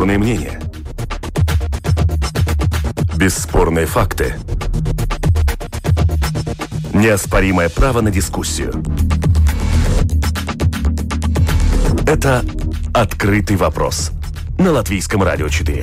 Квалифицированные мнения. Бесспорные факты. Неоспоримое право на дискуссию. Это «Открытый вопрос» на Латвийском радио 4.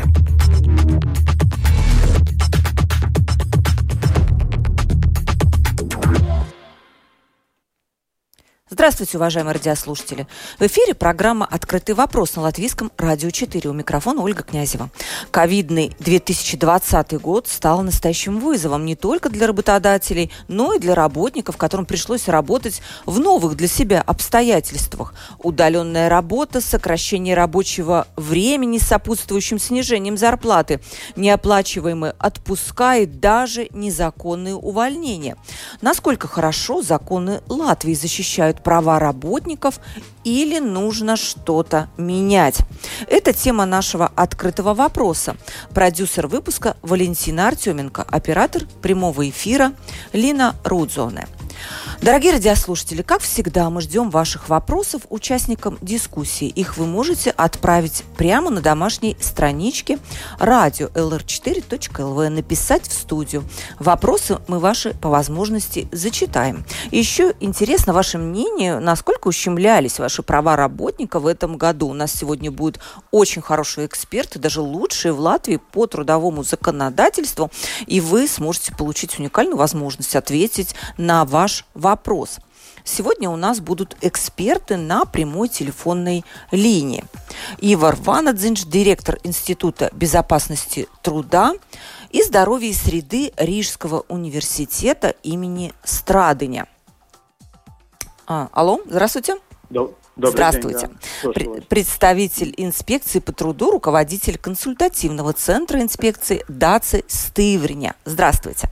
Здравствуйте, уважаемые радиослушатели. В эфире программа «Открытый вопрос» на Латвийском радио 4. У микрофона Ольга Князева. Ковидный 2020 год стал настоящим вызовом не только для работодателей, но и для работников, которым пришлось работать в новых для себя обстоятельствах. Удаленная работа, сокращение рабочего времени с сопутствующим снижением зарплаты, неоплачиваемые отпуска и даже незаконные увольнения. Насколько хорошо законы Латвии защищают права работников или нужно что-то менять? Это тема нашего открытого вопроса. Продюсер выпуска Валентина Артеменко, оператор прямого эфира Лина Рудзоне. Дорогие радиослушатели, как всегда, мы ждем ваших вопросов участникам дискуссии. Их вы можете отправить прямо на домашней страничке radio.lr4.lv, написать в студию. Вопросы мы ваши по возможности зачитаем. Еще интересно ваше мнение, насколько ущемлялись ваши права работника в этом году. У нас сегодня будут очень хорошие эксперты, даже лучшие в Латвии по трудовому законодательству, и вы сможете получить уникальную возможность ответить на ваш вопрос. Сегодня у нас будут эксперты на прямой телефонной линии. Ивар Ванадзинш, директор Института безопасности труда и здоровья и среды Рижского университета имени Страдыня. Алло, здравствуйте. Здравствуйте. День, да. Представитель инспекции по труду, руководитель консультативного центра инспекции Даце Стывриня. Здравствуйте.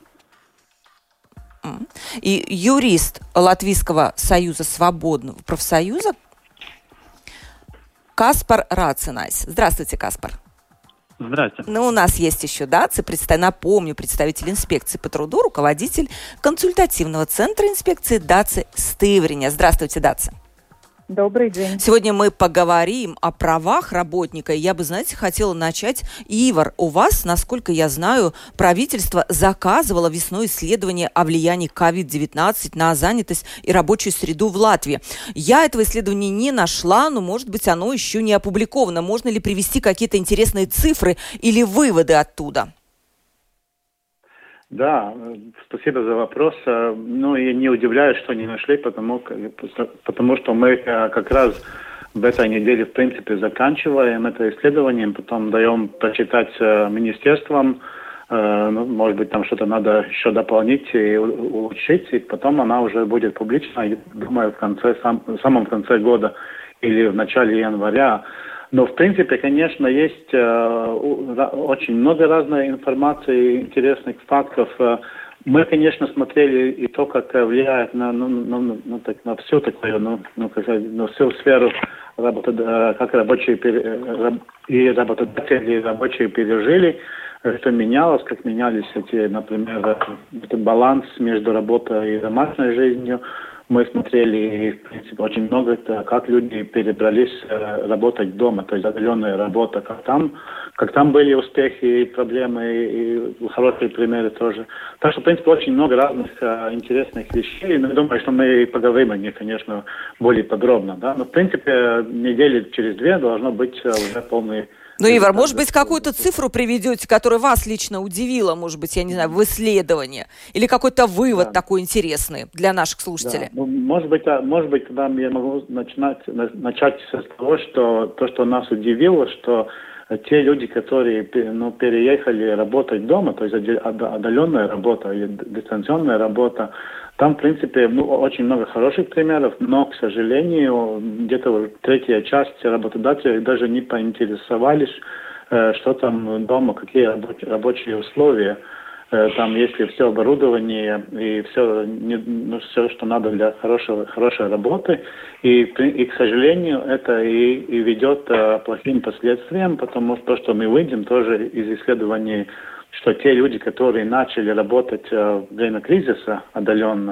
И юрист Латвийского союза свободного профсоюза Каспар Рацинайс. Здравствуйте, Каспар. Здравствуйте. Ну, у нас есть еще Даце, напомню, представитель инспекции по труду, руководитель консультативного центра инспекции Даце Стывриня. Здравствуйте, Даце. Добрый день. Сегодня мы поговорим о правах работника. Я бы, хотела начать. Ивар, у вас, насколько я знаю, правительство заказывало весной исследование о влиянии COVID-19 на занятость и рабочую среду в Латвии. Я этого исследования не нашла, но, может быть, оно еще не опубликовано. Можно ли привести какие-то интересные цифры или выводы оттуда? Да, спасибо за вопрос. Ну, я не удивляюсь, что не нашли, потому что мы как раз в этой неделе, в принципе, заканчиваем это исследование, потом даем прочитать министерствам, может быть, там что-то надо еще дополнить и улучшить, и потом она уже будет публична, я думаю, в самом конце года или в начале января. Но, в принципе, конечно, есть очень много разной информации, интересных фактов. Мы, конечно, смотрели и то, как влияет на всю такую, на всю сферу, как рабочие и работодатели, и рабочие пережили, что менялось, как менялись например, этот баланс между работой и домашней жизнью. Мы смотрели, в принципе, очень много, как люди перебрались работать дома, то есть удаленная работа, как там были успехи и проблемы, и хорошие примеры тоже. Так что, в принципе, очень много разных интересных вещей. Но я думаю, что мы поговорим о них, конечно, более подробно. Да? Но, в принципе, недели через 2 должно быть уже полный... Ну, Ивар, может быть, какую-то цифру приведете, которая вас лично удивила, может быть, я не знаю, в исследовании? Или какой-то вывод такой интересный для наших слушателей? Да. Ну, может быть, когда я могу начать с того, что нас удивило, что те люди, которые переехали работать дома, то есть отдаленная работа или дистанционная работа, там, в принципе, очень много хороших примеров, но, к сожалению, где-то третья часть работодателей даже не поинтересовались, что там дома, какие рабочие условия. Там, если все оборудование и все, что надо для хорошей работы. И, к сожалению, это и ведет к плохим последствиям, потому что то, что мы видим тоже из исследований, что те люди, которые начали работать во время кризиса отдаленно,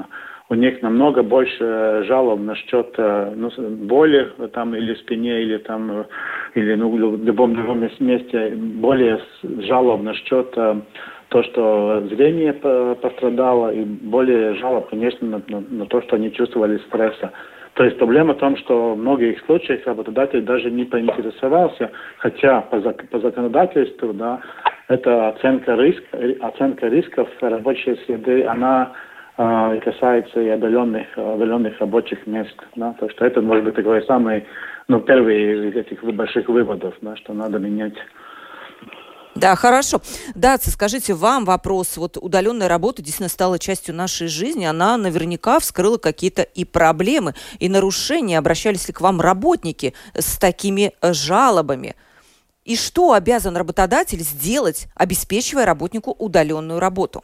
у них намного больше жалоб насчет боли там или в спине, или там или в любом другом месте, более жалоб насчет то, что зрение пострадало, и более жалоб, конечно, на то, что они чувствовали стресса. То есть проблема в том, что в многих случаях работодатель даже не поинтересовался, хотя по законодательству, да, это оценка рисков рабочей среды, она касается и отдаленных рабочих мест. Да? Так что это может быть такой самый, первый из этих больших выводов, да, что надо менять. Да, хорошо. Даца, скажите, вам вопрос. Вот удаленная работа действительно стала частью нашей жизни. Она наверняка вскрыла какие-то и проблемы, и нарушения. Обращались ли к вам работники с такими жалобами? И что обязан работодатель сделать, обеспечивая работнику удаленную работу?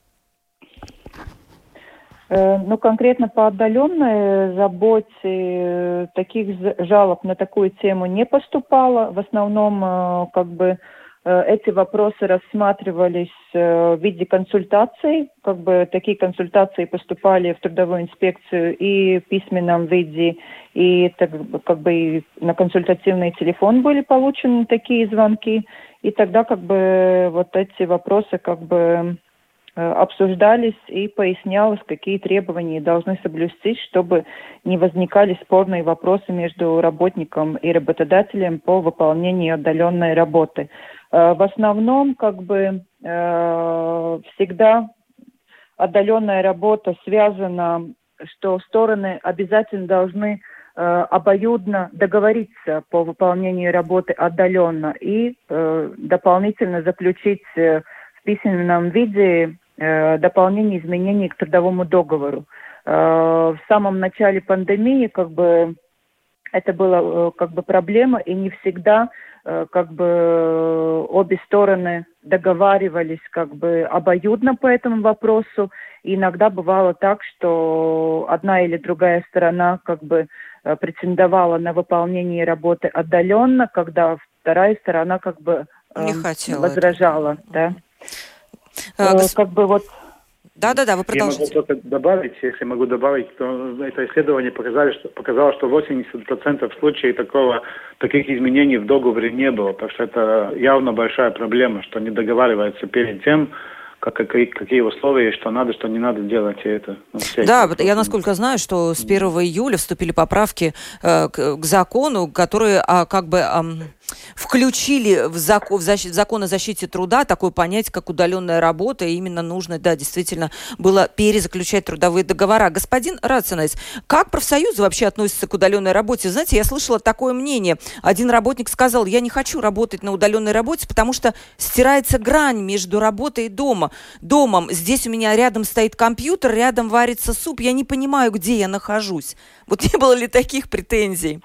Конкретно по отдаленной работе таких жалоб на такую тему не поступало. В основном, эти вопросы рассматривались в виде консультаций. Такие консультации поступали в трудовую инспекцию и в письменном виде, и и на консультативный телефон были получены такие звонки. И тогда вот эти вопросы обсуждались и пояснялось, какие требования должны соблюстись, чтобы не возникали спорные вопросы между работником и работодателем по выполнению отдаленной работы. В основном, всегда отдаленная работа связана, что стороны обязательно должны обоюдно договориться по выполнению работы отдаленно и дополнительно заключить в письменном виде дополнение изменений к трудовому договору. В самом начале пандемии это была проблема, и не всегда обе стороны договаривались обоюдно по этому вопросу. И иногда бывало так, что одна или другая сторона претендовала на выполнение работы отдаленно, когда вторая сторона не хотела возражала, да. Да, вы продолжите. Я могу только добавить, если могу добавить, то это исследование показало, что 80% случаев таких изменений в договоре не было. Так что это явно большая проблема, что не договариваются перед тем, какие условия, что надо, что не надо делать. Это, да, я насколько знаю, что с 1 июля вступили поправки к закону, которые включили в закон о защите труда такое понятие, как удаленная работа, и именно нужно, да, действительно, было перезаключать трудовые договора. Господин Рацинайс, как профсоюзы вообще относятся к удаленной работе? Знаете, я слышала такое мнение. Один работник сказал: я не хочу работать на удаленной работе, потому что стирается грань между работой и домом. Здесь у меня рядом стоит компьютер, рядом варится суп, я не понимаю, где я нахожусь. Вот не было ли таких претензий?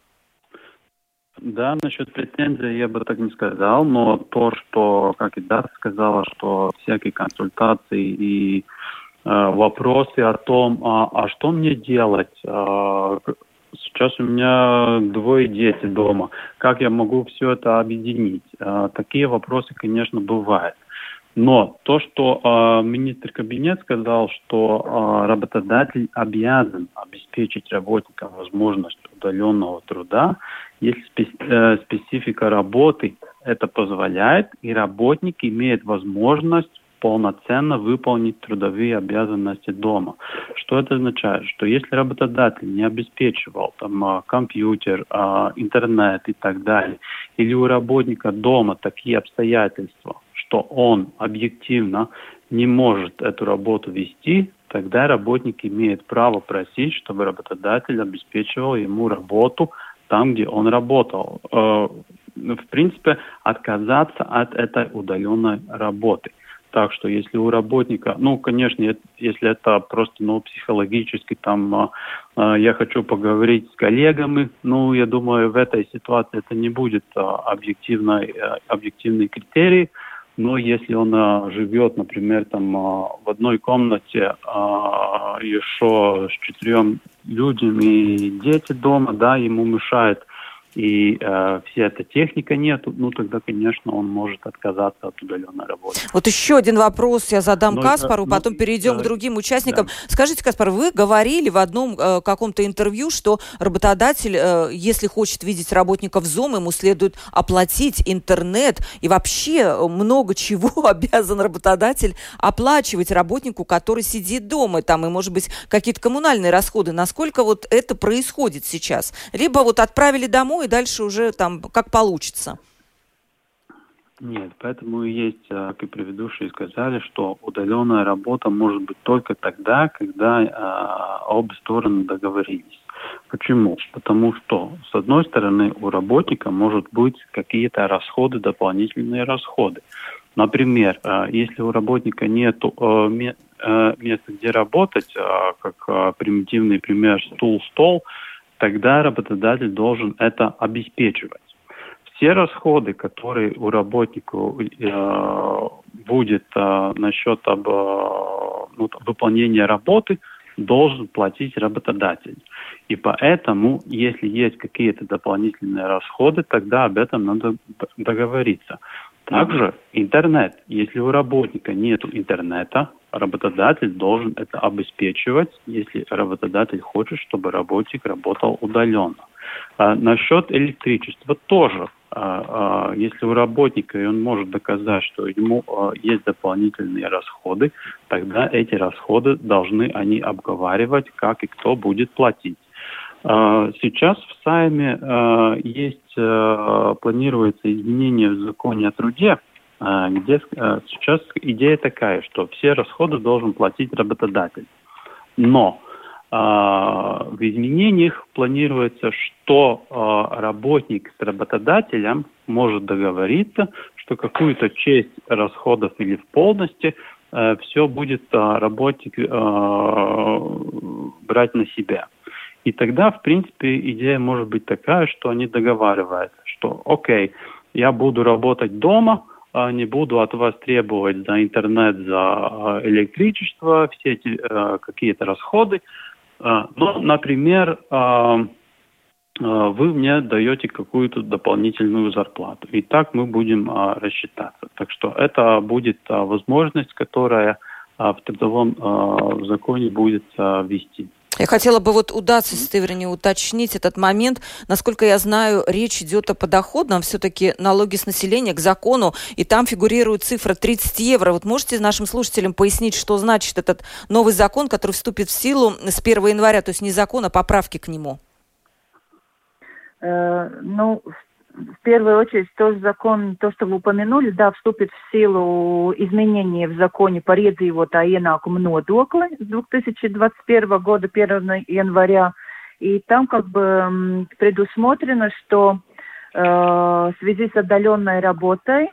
Да, насчет претензий я бы так не сказал, но то, что, как и Даша сказала, что всякие консультации и вопросы о том, а что мне делать? Сейчас у меня 2 дети дома. Как я могу все это объединить? Такие вопросы, конечно, бывают. Но то, что министр кабинет сказал, что работодатель обязан обеспечить работникам возможность удаленного труда, если специфика работы это позволяет, и работник имеет возможность полноценно выполнить трудовые обязанности дома. Что это означает? Что если работодатель не обеспечивал компьютер, интернет и так далее, или у работника дома такие обстоятельства, что он объективно не может эту работу вести, тогда работник имеет право просить, чтобы работодатель обеспечивал ему работу там, где он работал. В принципе, отказаться от этой удаленной работы. Так что если у работника, конечно, если это просто психологически, я хочу поговорить с коллегами, я думаю, в этой ситуации это не будет объективный критерий. Но если он живет, например, в одной комнате еще с 4 людьми и дети дома, да, ему мешает и вся эта техника нет, ну тогда, конечно, он может отказаться от удаленной работы. Вот еще один вопрос я задам Каспару, потом перейдем к другим участникам. Да. Скажите, Каспар, вы говорили в одном каком-то интервью, что работодатель, если хочет видеть работника в Zoom, ему следует оплатить интернет, и вообще много чего обязан работодатель оплачивать работнику, который сидит дома, там, и, может быть, какие-то коммунальные расходы. Насколько вот это происходит сейчас? Либо вот отправили домой, и дальше уже там как получится. Нет, поэтому и есть, как и предыдущие сказали, что удаленная работа может быть только тогда, когда обе стороны договорились. Почему? Потому что, с одной стороны, у работника может быть какие-то расходы, дополнительные расходы. Например, если у работника нет места, где работать, как примитивный пример стул-стол, тогда работодатель должен это обеспечивать. Все расходы, которые у работника будет насчет выполнения работы, должен платить работодатель. И поэтому, если есть какие-то дополнительные расходы, тогда об этом надо договориться. Также интернет. Если у работника нет интернета, работодатель должен это обеспечивать, если работодатель хочет, чтобы работник работал удаленно. Насчет электричества тоже. Если у работника и он может доказать, что ему есть дополнительные расходы, тогда эти расходы должны они обговаривать, как и кто будет платить. Сейчас в Сайме планируется изменение в законе о труде, где сейчас идея такая, что все расходы должен платить работодатель. Но в изменениях планируется, что работник с работодателем может договориться, что какую-то часть расходов или в полности все будет работник брать на себя. И тогда, в принципе, идея может быть такая, что они договариваются, что окей, я буду работать дома, не буду от вас требовать за интернет, за электричество, все эти какие-то расходы. Но, например, вы мне даете какую-то дополнительную зарплату. И так мы будем рассчитаться. Так что это будет возможность, которая в трудовом законе будет ввести. Я хотела бы вот у Даци Стыврени уточнить этот момент. Насколько я знаю, речь идет о подоходном, все-таки налоги с населения к закону, и там фигурирует цифра 30 евро. Вот можете нашим слушателям пояснить, что значит этот новый закон, который вступит в силу с 1 января, то есть не закон, а поправки к нему? В первую очередь, тот закон, то, что вы упомянули, да, вступит в силу изменения в законе по iedzīvotāju ienākumu nodokli с 2021 года, 1 января. И там как бы предусмотрено, что в связи с отдаленной работой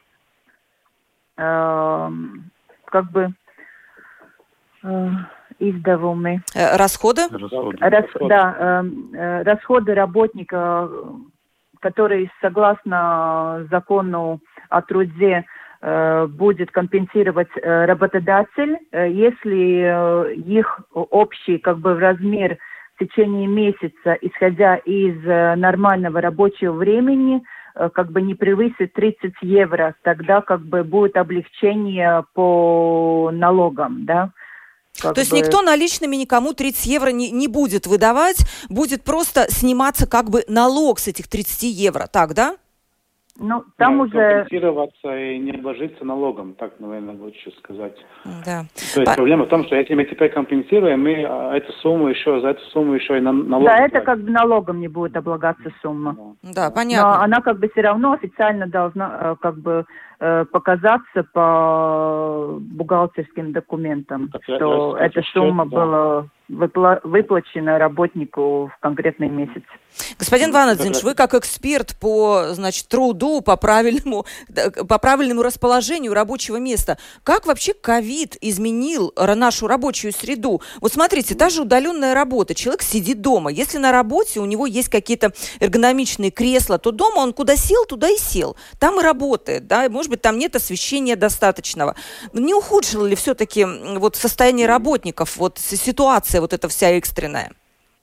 издавумы. Расходы? Расходы работника, который, согласно закону о труде, будет компенсировать работодатель, если их общий размер в течение месяца, исходя из нормального рабочего времени, не превысит 30 евро, тогда будет облегчение по налогам, да. То есть никто наличными никому 30 евро не будет выдавать, будет просто сниматься налог с этих 30 евро, так, да? Ну, там уже... Компенсироваться и не обложиться налогом, так, наверное, лучше сказать. Да. То есть проблема в том, что если мы теперь компенсируем, мы за эту сумму еще и налогом. Да, это налогом не будет облагаться сумма. Да, понятно. Но она все равно официально должна показаться по бухгалтерским документам, что эта сумма была выплачена работнику в конкретный месяц. Господин Ванадзинш, вы как эксперт по, труду, по правильному расположению рабочего места, как вообще ковид изменил нашу рабочую среду? Вот смотрите, та же удаленная работа, человек сидит дома, если на работе у него есть какие-то эргономичные кресла, то дома он куда сел, туда и сел, там и работает, да, может быть, там нет освещения достаточного. Не ухудшило ли все-таки состояние работников, ситуация эта вся экстренная?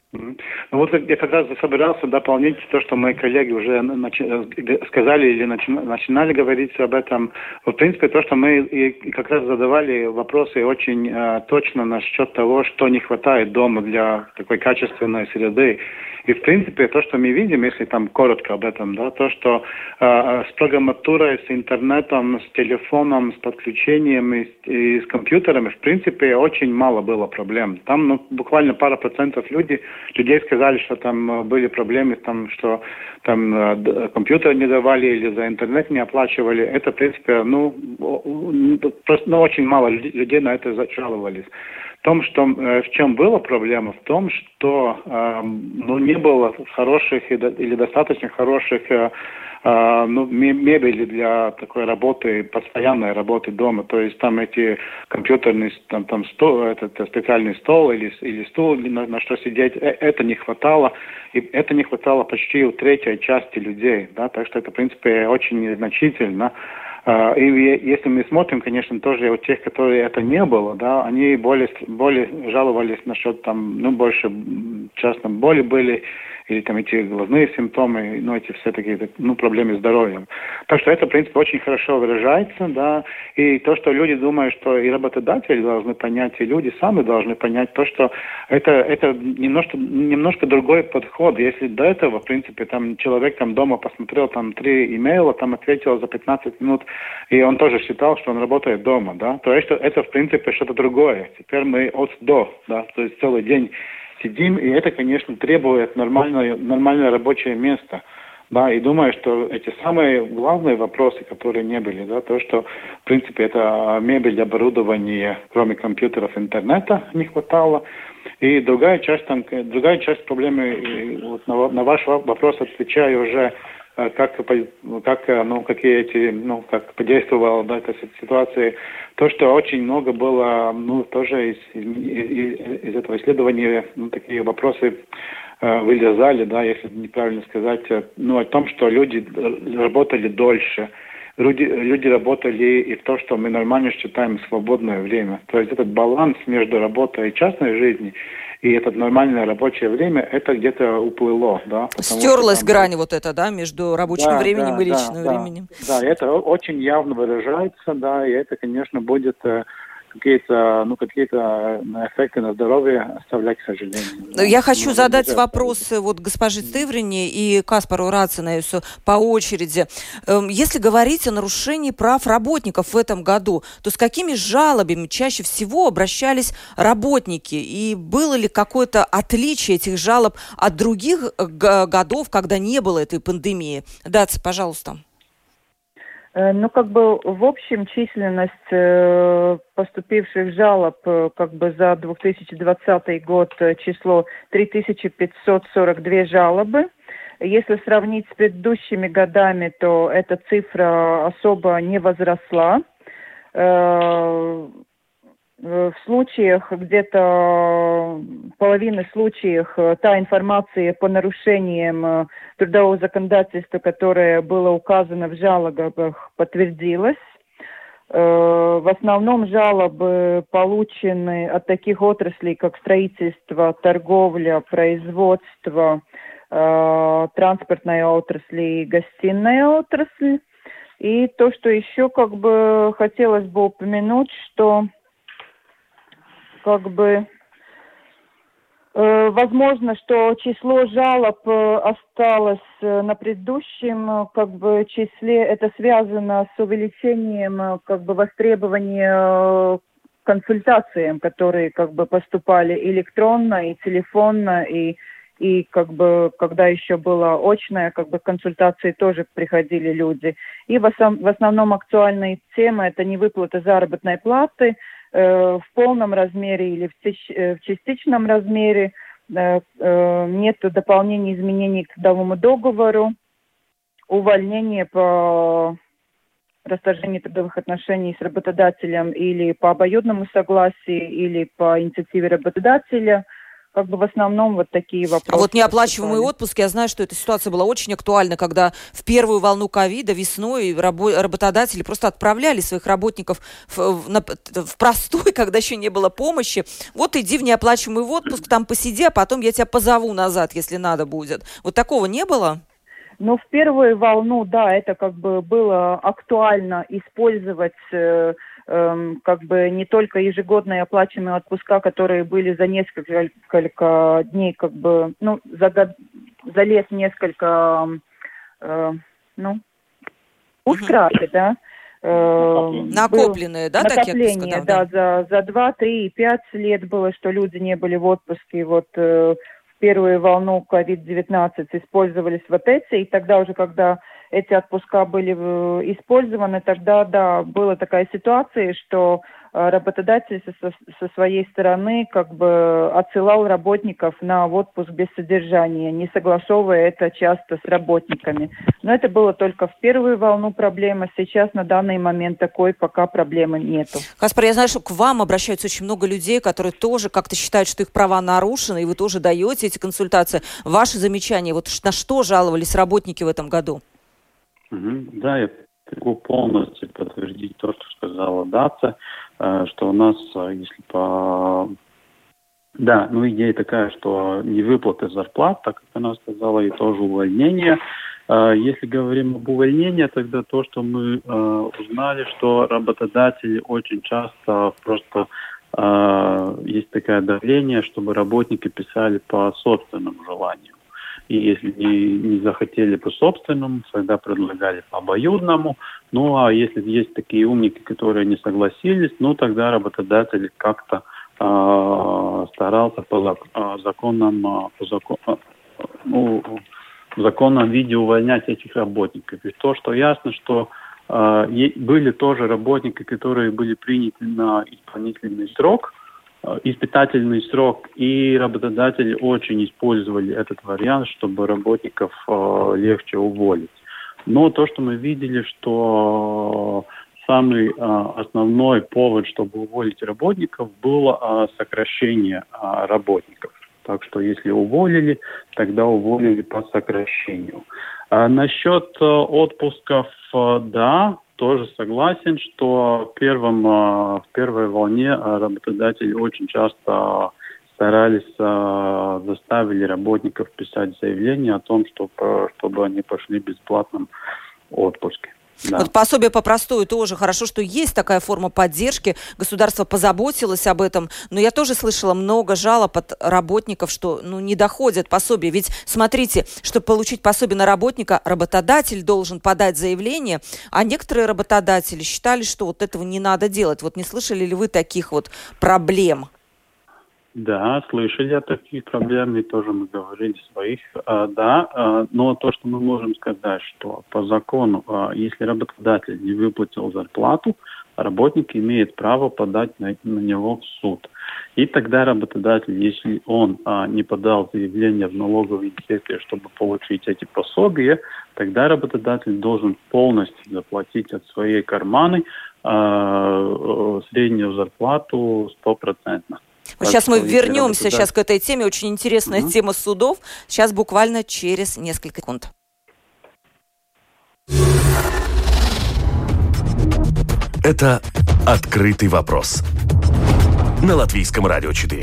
Ну вот я как раз собирался дополнить то, что мои коллеги уже сказали или начинали говорить об этом. В принципе, то, что мы и как раз задавали вопросы очень точно насчет того, что не хватает дома для такой качественной среды. И, в принципе, то, что мы видим, если там коротко об этом, да, то, что с программатурой, с интернетом, с телефоном, с подключением и с компьютерами, в принципе, очень мало было проблем. Там буквально пара процентов людей сказали, что там были проблемы, там, что там компьютер не давали или за интернет не оплачивали. Это, в принципе, просто очень мало людей на это жаловались. В том, что в чем была проблема, в том, что не было хороших или достаточно хороших мебели для такой работы, постоянной работы дома. То есть там эти компьютерные, там стол, этот специальный стол или стул, на что сидеть, это не хватало. И это не хватало почти у третьей части людей. Да? Так что это, в принципе, очень незначительно. И если мы смотрим, конечно, тоже у тех, которые это не было, да, они более жаловались насчет там, больше часто боли были, или там эти глазные симптомы, эти все такие, проблемы с здоровьем. Так что это, в принципе, очень хорошо выражается, да, и то, что люди думают, что и работодатели должны понять, и люди сами должны понять, то, что это немножко другой подход. Если до этого, в принципе, там человек там дома посмотрел там 3 имейла, там ответил за 15 минут, и он тоже считал, что он работает дома, да, то это, в принципе, что-то другое. Теперь мы от до, да, то есть целый день сидим, и это, конечно, требует нормальное рабочее место. Да, и думаю, что эти самые главные вопросы, которые не были, да, то, что, в принципе, это мебель, оборудование, кроме компьютеров, интернета не хватало. И другая часть проблемы, вот на ваш вопрос отвечаю уже, как подействовала эта ситуация. То, что очень много было, тоже из этого исследования, такие вопросы вылезали, да, если неправильно сказать, о том, что люди работали дольше. Люди работали и в то, что мы нормально считаем свободное время. То есть этот баланс между работой и частной жизнью, и это нормальное рабочее время, это где-то уплыло, да. Стерлась грань между рабочим временем и личным временем. Да, это очень явно выражается, да, и это, конечно, будет какие-то эффекты на здоровье оставлять, к сожалению. Я хочу задать вопросы госпоже Стыврине и Каспару Рацинаюсу по очереди. Если говорить о нарушении прав работников в этом году, то с какими жалобами чаще всего обращались работники? И было ли какое-то отличие этих жалоб от других годов, когда не было этой пандемии? Даца, пожалуйста. В общем, численность поступивших жалоб за 2020 год число 3542 жалобы. Если сравнить с предыдущими годами, то эта цифра особо не возросла. В случаях, где-то половины случаев, та информация по нарушениям трудового законодательства, которая была указана в жалобах, подтвердилась. В основном жалобы получены от таких отраслей, как строительство, торговля, производство, транспортная отрасль и гостиная отрасль. И то, что еще хотелось бы упомянуть, что возможно, что число жалоб осталось на предыдущем числе. Это связано с увеличением востребования консультациям, которые поступали электронно и телефонно, и когда еще была очная консультации, тоже приходили люди. И в основном актуальная тема – это невыплата заработной платы в полном размере или в частичном размере, нет дополнений, изменений к трудовому договору, увольнение по расторжению трудовых отношений с работодателем или по обоюдному согласию, или по инициативе работодателя, как бы в основном вот такие вопросы. А вот неоплачиваемый отпуск, я знаю, что эта ситуация была очень актуальна, когда в первую волну ковида весной работодатели просто отправляли своих работников в простой, когда еще не было помощи. Вот иди в неоплачиваемый отпуск, там посиди, а потом я тебя позову назад, если надо будет. Вот такого не было? Ну, в первую волну, да, это как бы было актуально использовать как бы не только ежегодные оплачиваемые отпуска, которые были за несколько дней, как бы, ну, за лет несколько, устраты, да. Накопленные, да, накопление, да, за 2, 3 и 5 лет было, что люди не были в отпуске, вот в первую волну COVID-19 использовались вот эти, и тогда уже, когда эти отпуска были использованы, тогда, да, была такая ситуация, что работодатель со своей стороны как бы отсылал работников на отпуск без содержания, не согласовывая это часто с работниками. Но это было только в первую волну проблемы. Сейчас на данный момент такой пока проблемы нету. Каспар, я знаю, что к вам обращаются очень много людей, которые тоже как-то считают, что их права нарушены, и вы тоже даете эти консультации. Ваши замечания, вот на что жаловались работники в этом году? Да, я могу полностью подтвердить то, что сказала Даца, что у нас, если Да, идея такая, что не выплаты зарплат, так как она сказала, и тоже увольнение. Если говорим об увольнении, тогда то, что мы узнали, что работодатели очень часто просто есть такое давление, чтобы работники писали по собственному желанию. И если не захотели по собственному, тогда предлагали по обоюдному. Ну, а если есть такие умники, которые не согласились, тогда работодатель как-то старался в законном виде увольнять этих работников. И то, что ясно, что были тоже работники, которые были приняты на испытательный срок, и работодатели очень использовали этот вариант, чтобы работников легче уволить. Но то, что мы видели, что самый основной повод, чтобы уволить работников, было сокращение работников. Так что если уволили, тогда уволили по сокращению. Насчет отпусков, да, тоже согласен, что в первой волне работодатели очень часто старались, заставили работников писать заявление о том, чтобы они пошли в бесплатном отпуске. Да. Вот пособие по простою тоже хорошо, что есть такая форма поддержки. Государство позаботилось об этом. Но я тоже слышала много жалоб от работников, что не доходят пособия. Ведь смотрите, чтобы получить пособие на работника, работодатель должен подать заявление, а некоторые работодатели считали, что вот этого не надо делать. Вот не слышали ли вы таких вот проблем? Да, слышали о таких проблемах, и тоже мы говорили своих. Но то, что мы можем сказать, что по закону, если работодатель не выплатил зарплату, работник имеет право подать на него в суд. И тогда работодатель, если он не подал заявление в налоговую инспекцию, чтобы получить эти пособия, тогда работодатель должен полностью заплатить от своей карманы среднюю зарплату 100%. Сейчас мы вернемся к этой теме. Очень интересная тема судов. Сейчас буквально через несколько секунд. Это «Открытый вопрос» на Латвийском радио 4.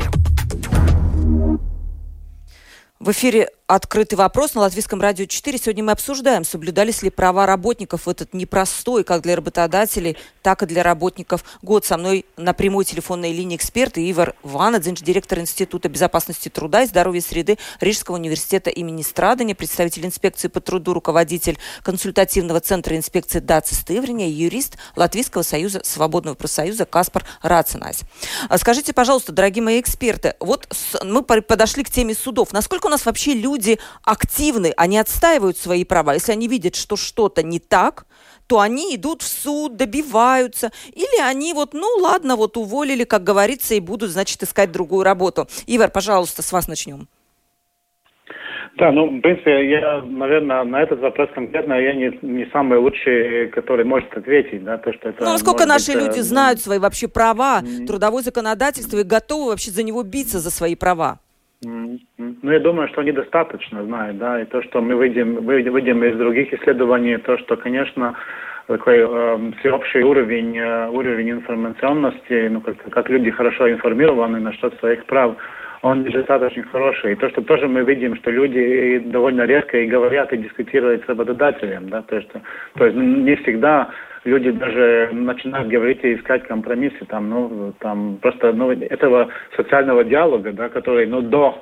В эфире «Открытый вопрос» на Латвийском радио 4. Сегодня мы обсуждаем, соблюдались ли права работников в этот непростой, как для работодателей, так и для работников год. Со мной на прямой телефонной линии эксперт Ивар Ванадзинч, директор Института безопасности труда и здоровья среды Рижского университета имени Страдания, представитель инспекции по труду, руководитель консультативного центра инспекции Даца Стывриня и юрист Латвийского союза свободного профсоюза Каспар Рацинайс. Скажите, пожалуйста, дорогие мои эксперты, вот мы подошли к теме судов. Насколько у нас вообще люди активны, они отстаивают свои права? Если они видят, что что-то не так, то они идут в суд, добиваются. Или они уволили, как говорится, и будут, искать другую работу. Ивар, пожалуйста, с вас начнем. Да, в принципе, я, наверное, на этот вопрос конкретно я не самый лучший, который может ответить, да, то, что это... насколько наши люди знают свои вообще права, трудовое законодательство и готовы вообще за него биться, за свои права? Ну, я думаю, что недостаточно, знаю, да, и то, что мы видим из других исследований, то, что, конечно, такой всеобщий уровень информационности, ну, как люди хорошо информированы насчет своих прав, он недостаточно хороший. И то, что тоже мы видим, что люди довольно редко и говорят, и дискутируют с работодателем, да, то есть не всегда люди даже начинают говорить и искать компромиссы, там просто этого социального диалога, да, который, до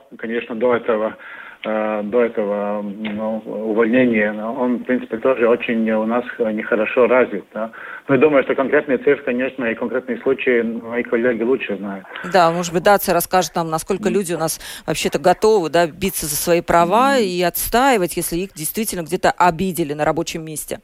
этого увольнения, он, в принципе, тоже очень у нас нехорошо развит. Да. Но я думаю, что конкретные цифры, конечно, и конкретные случаи мои коллеги лучше знают. Да, может быть, Дация расскажет нам, насколько люди у нас вообще-то готовы, да, биться за свои права и отстаивать, если их действительно где-то обидели на рабочем месте.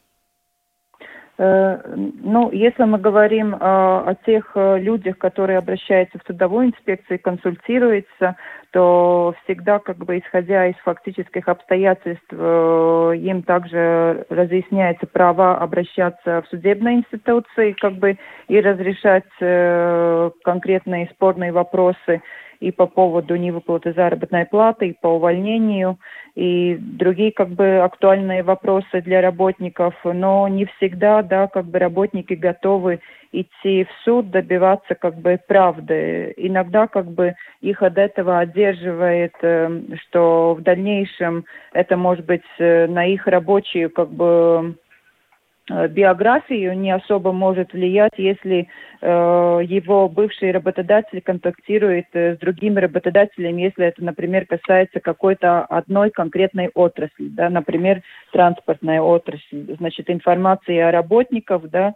Если мы говорим о тех людях, которые обращаются в трудовую инспекцию и консультируются, то всегда, исходя из фактических обстоятельств, им также разъясняется право обращаться в судебные институции, и разрешать конкретные спорные вопросы и по поводу невыплаты заработной платы, и по увольнению, и другие актуальные вопросы для работников, но не всегда, работники готовы идти в суд, добиваться правды. Иногда их от этого одерживает, что в дальнейшем это может быть на их рабочую биографию не особо может влиять, если его бывший работодатель контактирует с другими работодателями, если это, например, касается какой-то одной конкретной отрасли, да, например, транспортная отрасль. Значит, информация о работниках, да,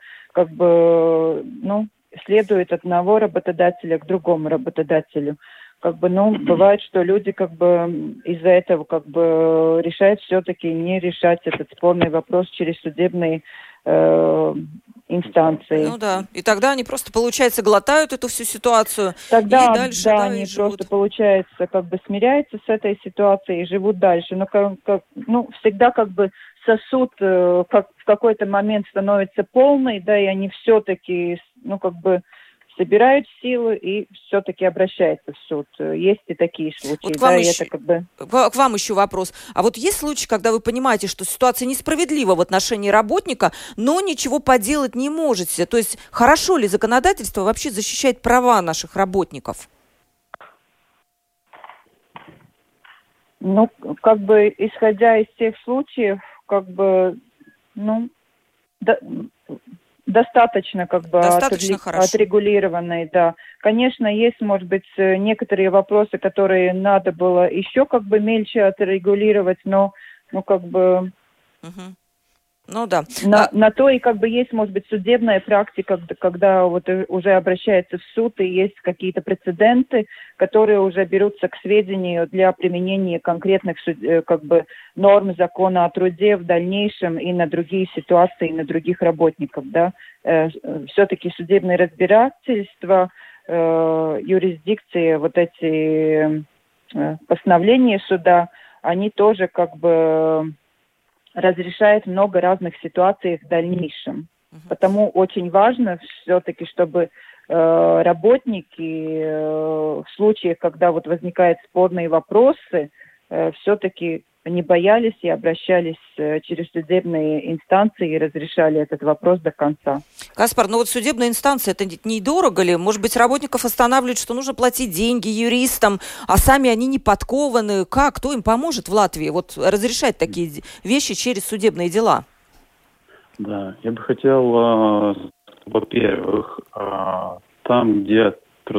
следует от одного работодателя к другому работодателю. Бывает, что люди из-за этого решают все-таки не решать этот спорный вопрос через судебные инстанции. Ну да, и тогда они просто, получается, глотают эту всю ситуацию тогда, и дальше, они живут. Просто, получается, смиряются с этой ситуацией и живут дальше. Но всегда сосуд в какой-то момент становится полный, да, и они все-таки, собирают силы и все-таки обращаются в суд. Есть и такие случаи. Вот к вам еще вопрос. А вот есть случаи, когда вы понимаете, что ситуация несправедлива в отношении работника, но ничего поделать не можете? То есть хорошо ли законодательство вообще защищает права наших работников? Исходя из тех случаев, достаточно отрегулированные, да. Конечно, есть, может быть, некоторые вопросы, которые надо было еще мельче отрегулировать, но Ну да. На то и есть, может быть, судебная практика, когда уже обращается в суд и есть какие-то прецеденты, которые уже берутся к сведению для применения конкретных норм закона о труде в дальнейшем и на другие ситуации, и на других работников, да. Все-таки судебные разбирательства, юрисдикции, эти постановления суда, они тоже разрешает много разных ситуаций в дальнейшем. Потому очень важно все-таки, чтобы работники в случаях, когда возникают спорные вопросы, все-таки не боялись и обращались через судебные инстанции и разрешали этот вопрос до конца. Каспар, судебная инстанция, это недорого ли? Может быть, работников останавливает, что нужно платить деньги юристам, а сами они не подкованы. Как? Кто им поможет в Латвии разрешать такие вещи через судебные дела? Да, я бы хотел, во-первых, там, где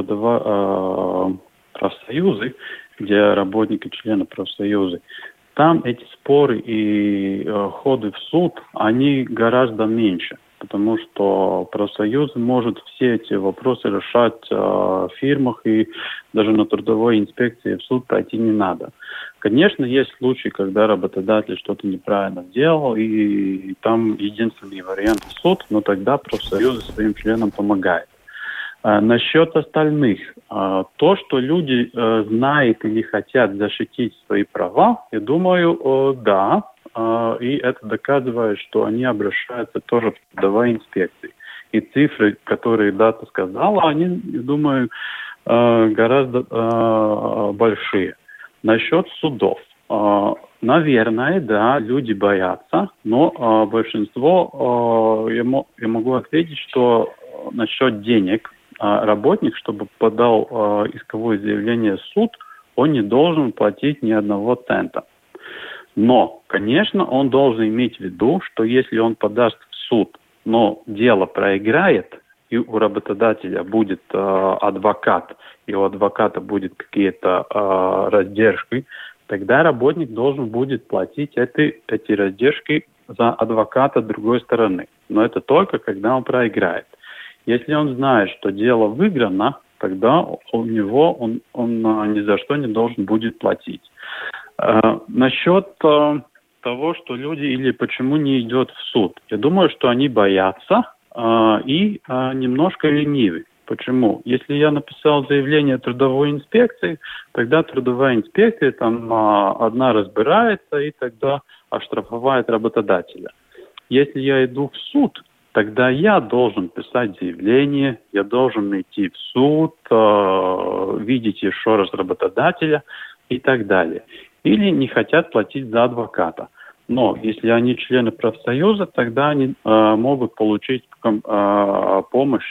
профсоюзы, где работники, члены профсоюза, там эти споры и ходы в суд, они гораздо меньше, потому что профсоюз может все эти вопросы решать в фирмах, и даже на трудовой инспекции в суд пойти не надо. Конечно, есть случаи, когда работодатель что-то неправильно сделал, и там единственный вариант – суд, но тогда профсоюз своим членам помогает. Насчет остальных, то, что люди знают или хотят защитить свои права, я думаю, да, и это доказывает, что они обращаются тоже в трудовой инспекции. И цифры, которые Дата сказала, они, я думаю, гораздо большие. Насчет судов. Наверное, да, люди боятся, но большинство, я могу ответить, что насчет денег работник, чтобы подал исковое заявление в суд, он не должен платить ни одного цента. Но, конечно, он должен иметь в виду, что если он подаст в суд, но дело проиграет, и у работодателя будет адвокат, и у адвоката будет какие-то раздержки, тогда работник должен будет платить эти раздержки за адвоката другой стороны. Но это только когда он проиграет. Если он знает, что дело выиграно, тогда у него он ни за что не должен будет платить. Насчет того, что люди или почему не идут в суд. Я думаю, что они боятся и немножко ленивы. Почему? Если я написал заявление трудовой инспекции, тогда трудовая инспекция там одна разбирается и тогда оштрафует работодателя. Если я иду в суд, тогда я должен писать заявление, я должен идти в суд, видеть еще раз работодателя и так далее. Или не хотят платить за адвоката. Но если они члены профсоюза, тогда они могут получить помощь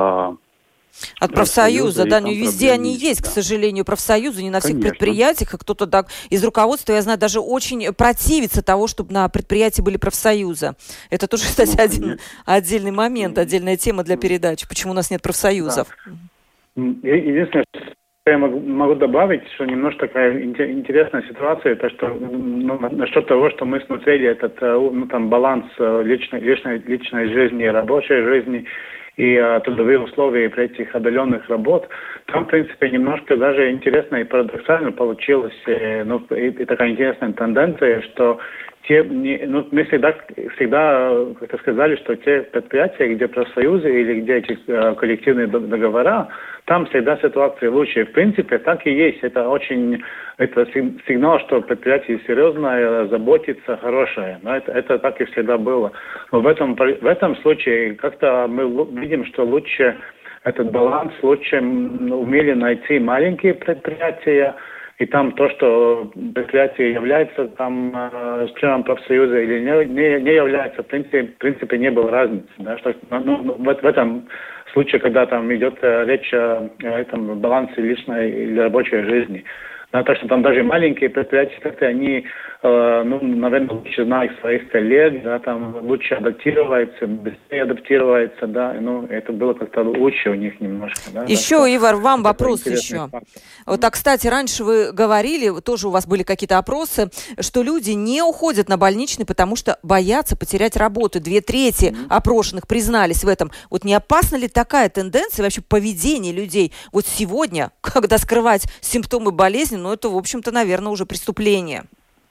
от профсоюза, да, не везде они есть, да. К сожалению, профсоюзы, не на всех предприятиях, а кто-то так из руководства, я знаю, даже очень противится того, чтобы на предприятии были профсоюзы. Это тоже, кстати, отдельный момент, отдельная тема для передачи, почему у нас нет профсоюзов. Да. Единственное, что я могу добавить, что немножко такая интересная ситуация, то что насчет того, что мы смотрели этот баланс личной жизни и рабочей жизни, и трудовые условия при этих отдаленных работ, там, в принципе, немножко даже интересно и парадоксально получилось, и такая интересная тенденция, что мы всегда как-то сказали, что те предприятия, где профсоюзы или где эти коллективные договора, там всегда ситуация лучше. В принципе, так и есть. Это сигнал, что предприятие серьезное, заботится, хорошее. Но это так и всегда было. Но в этом случае как-то мы видим, что лучше этот баланс лучше умели найти маленькие предприятия. И там то, что предприятие является там членом профсоюза или не является, в принципе не было разницы. Да, что, в этом случае, когда там идет речь о этом балансе личной или рабочей жизни. Да, так что там даже маленькие предприятия, как-то они, наверное, лучше знают своих коллег, да, там лучше адаптируются, быстрее адаптируются, да, это было как-то лучше у них немножко. Да, еще, Ивар, вам вопрос еще. Вот, кстати, раньше вы говорили, тоже у вас были какие-то опросы, что люди не уходят на больничный, потому что боятся потерять работу. 2/3 опрошенных признались в этом. Вот не опасна ли такая тенденция вообще поведения людей? Вот сегодня, когда скрывать симптомы болезни, это, в общем-то, наверное, уже преступление.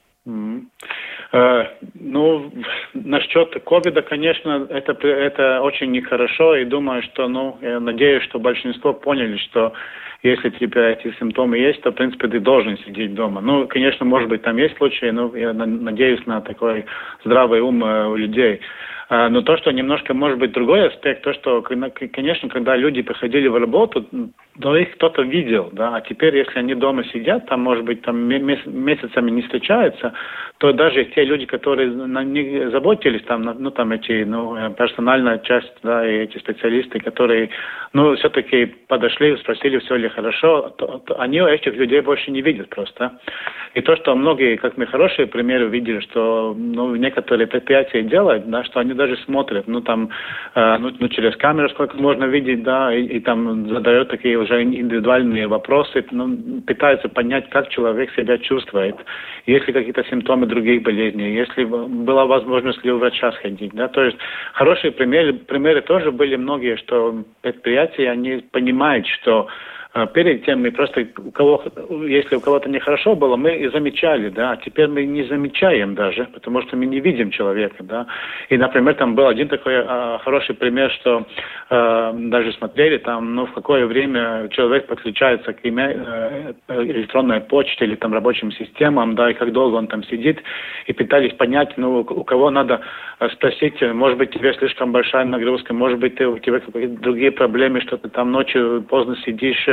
Насчет ковида, конечно, это очень нехорошо, и думаю, что, я надеюсь, что большинство поняли, что если тебе эти симптомы есть, то, в принципе, ты должен сидеть дома. Конечно, может быть, там есть случаи, но я надеюсь на такой здравый ум у людей. Но то, что немножко может быть другой аспект, то, что, конечно, когда люди приходили в работу, то их кто-то видел, да, а теперь, если они дома сидят, там, может быть, там месяцами не встречаются, то даже те люди, которые не заботились, персональная часть, да, и эти специалисты, которые, все-таки подошли, спросили, все ли хорошо, то они этих людей больше не видят просто. И то, что многие, как мы хорошие примеры видели, что, некоторые предприятия делают, да, что они даже смотрят, через камеру сколько можно видеть, да, и там задают такие уже индивидуальные вопросы, пытаются понять, как человек себя чувствует, есть ли какие-то симптомы других болезней, если была возможность ли у врача сходить, да, то есть хорошие примеры тоже были многие, что предприятия, они понимают, что перед тем мы просто если у кого-то нехорошо было, мы и замечали, да, а теперь мы не замечаем даже, потому что мы не видим человека, да. И, например, там был один такой хороший пример, что даже смотрели там, в какое время человек подключается к электронной почте или там рабочим системам, да, и как долго он там сидит, и пытались понять, у кого надо спросить, может быть, тебе слишком большая нагрузка, может быть, у тебя какие-то другие проблемы, что ты там ночью поздно сидишь,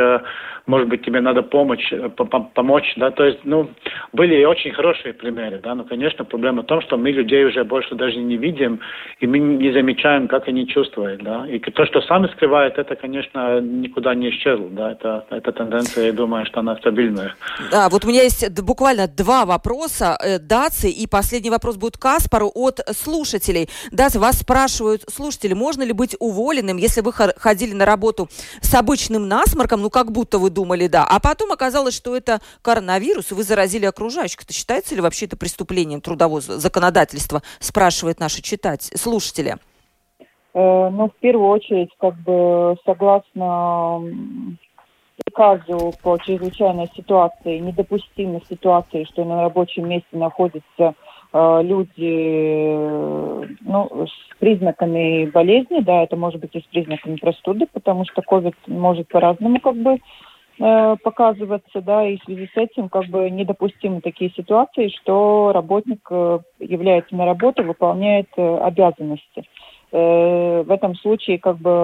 может быть, тебе надо помочь, да, то есть, были и очень хорошие примеры, да, но, конечно, проблема в том, что мы людей уже больше даже не видим, и мы не замечаем, как они чувствуют, да, и то, что сами скрывают, это, конечно, никуда не исчезло, да, это тенденция, я думаю, что она стабильная. Да, вот у меня есть буквально два вопроса, Даци, и последний вопрос будет Каспару от слушателей. Даци, вас спрашивают слушатели, можно ли быть уволенным, если вы ходили на работу с обычным насморком, как будто вы думали, да, а потом оказалось, что это коронавирус, и вы заразили окружающих. Это считается ли вообще это преступлением трудового законодательства, спрашивают наши слушатели. В первую очередь, согласно приказу по чрезвычайной ситуации, недопустимой ситуации, что на рабочем месте находятся люди с признаками болезни, да, это может быть и с признаками простуды, потому что COVID может по-разному показываться, да, и в связи с этим недопустимы такие ситуации, что работник является на работу, выполняет обязанности. В этом случае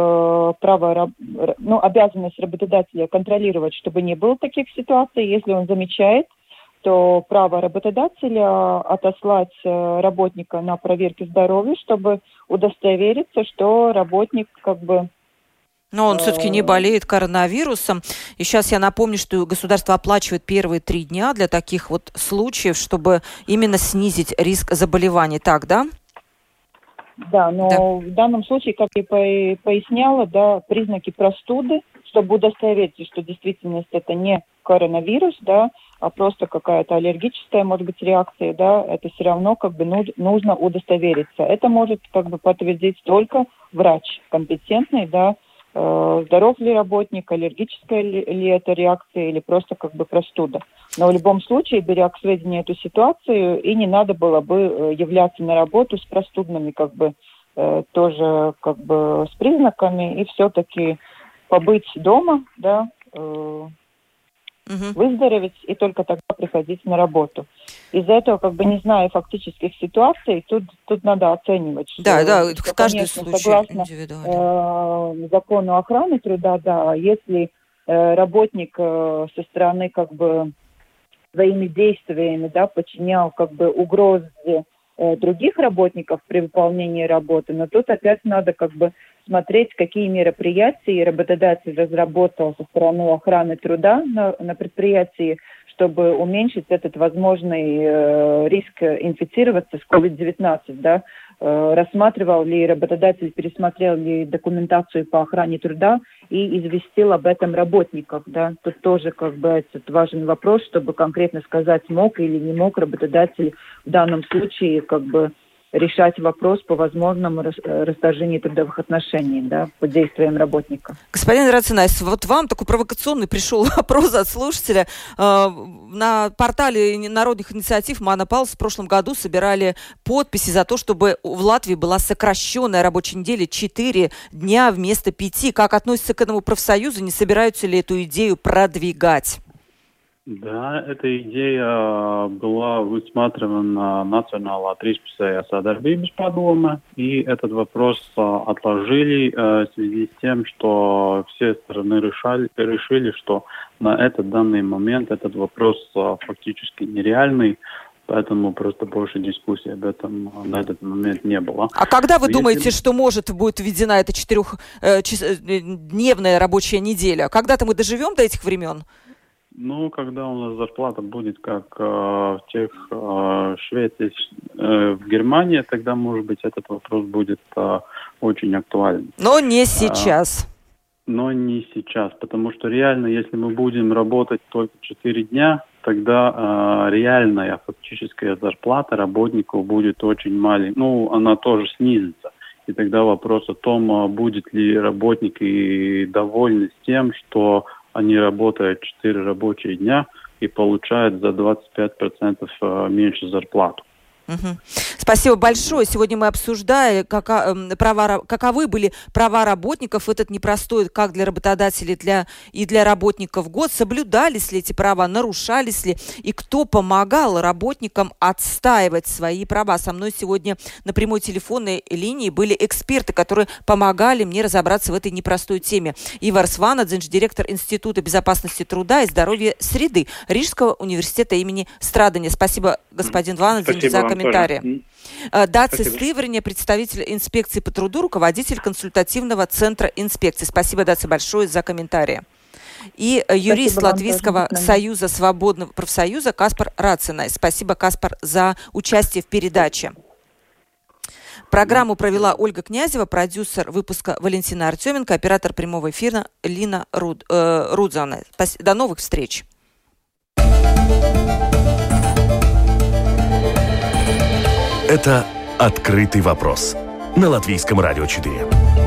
обязанность работодателя контролировать, чтобы не было таких ситуаций. Если он замечает, то право работодателя отослать работника на проверки здоровья, чтобы удостовериться, что работник Но он все-таки не болеет коронавирусом. И сейчас я напомню, что государство оплачивает первые 3 дня для таких вот случаев, чтобы именно снизить риск заболеваний. Так, да? Да, но в данном случае, как я поясняла, да, признаки простуды, чтобы удостовериться, что в действительности это не коронавирус, да, а просто какая-то аллергическая, может быть, реакция, да, это все равно нужно удостовериться. Это может подтвердить только врач компетентный, да, здоров ли работник, аллергическая ли это реакция или просто простуда. Но в любом случае, беря к сведению эту ситуацию, и не надо было бы являться на работу с простудными тоже с признаками, и все-таки побыть дома, да, выздороветь и только тогда приходить на работу. Из-за этого, не зная фактических ситуаций, тут надо оценивать. Да, что, каждый конечно, случай согласно закону охраны труда, да, если работник со стороны своими действиями, да, подчинял угрозе других работников при выполнении работы, но тут опять надо смотреть, какие мероприятия работодатель разработал со стороны охраны труда на предприятии, чтобы уменьшить этот возможный риск инфицироваться с COVID-19, да, рассматривал ли работодатель, пересмотрел ли документацию по охране труда и известил об этом работников, да. Тут тоже этот важный вопрос, чтобы конкретно сказать, мог или не мог работодатель в данном случае решать вопрос по возможному расторжению трудовых отношений, да, под действием работника. Господин Рацинайс, вот вам такой провокационный пришел вопрос от слушателя. На портале народных инициатив Манапалс в прошлом году собирали подписи за то, чтобы в Латвии была сокращенная рабочая неделя 4 дня вместо 5. Как относятся к этому профсоюзы? Не собираются ли эту идею продвигать? Да, эта идея была высматривана Национālā trīspusējā sadarbības padome, и этот вопрос отложили в связи с тем, что все стороны решили, что на этот данный момент этот вопрос фактически нереальный, поэтому просто больше дискуссий об этом на этот момент не было. А когда вы думаете, что будет введена эта 4-дневная рабочая неделя? Когда-то мы доживем до этих времен? Когда у нас зарплата будет как в тех Швеции, в Германии, тогда, может быть, этот вопрос будет очень актуален. Но не сейчас. Но не сейчас, потому что реально, если мы будем работать только 4 дня, тогда реальная фактическая зарплата работников будет очень маленькая. Она тоже снизится. И тогда вопрос о том, будет ли работники довольны с тем, что они работают 4 рабочие дня и получают за 25% меньше зарплату. Спасибо большое. Сегодня мы обсуждаем, каковы были права работников в этот непростой как для работодателей и для работников год. Соблюдались ли эти права, нарушались ли, и кто помогал работникам отстаивать свои права. Со мной сегодня на прямой телефонной линии были эксперты, которые помогали мне разобраться в этой непростой теме. Иварс Ванадзинш, директор Института безопасности труда и здоровья среды Рижского университета имени Страдания. Спасибо, господин Ванадзинш, за комментарии. Даци Стывриня, представитель инспекции по труду, руководитель консультативного центра инспекции. Спасибо, Даци, большое за комментарии. И юрист Латвийского союза свободного профсоюза Каспар Рацинай. Спасибо, Каспар, за участие в передаче. Программу провела Ольга Князева, продюсер выпуска Валентина Артеменко, оператор прямого эфира Лина Рудзана. До новых встреч. Это «Открытый вопрос» на Латвийском радио 4.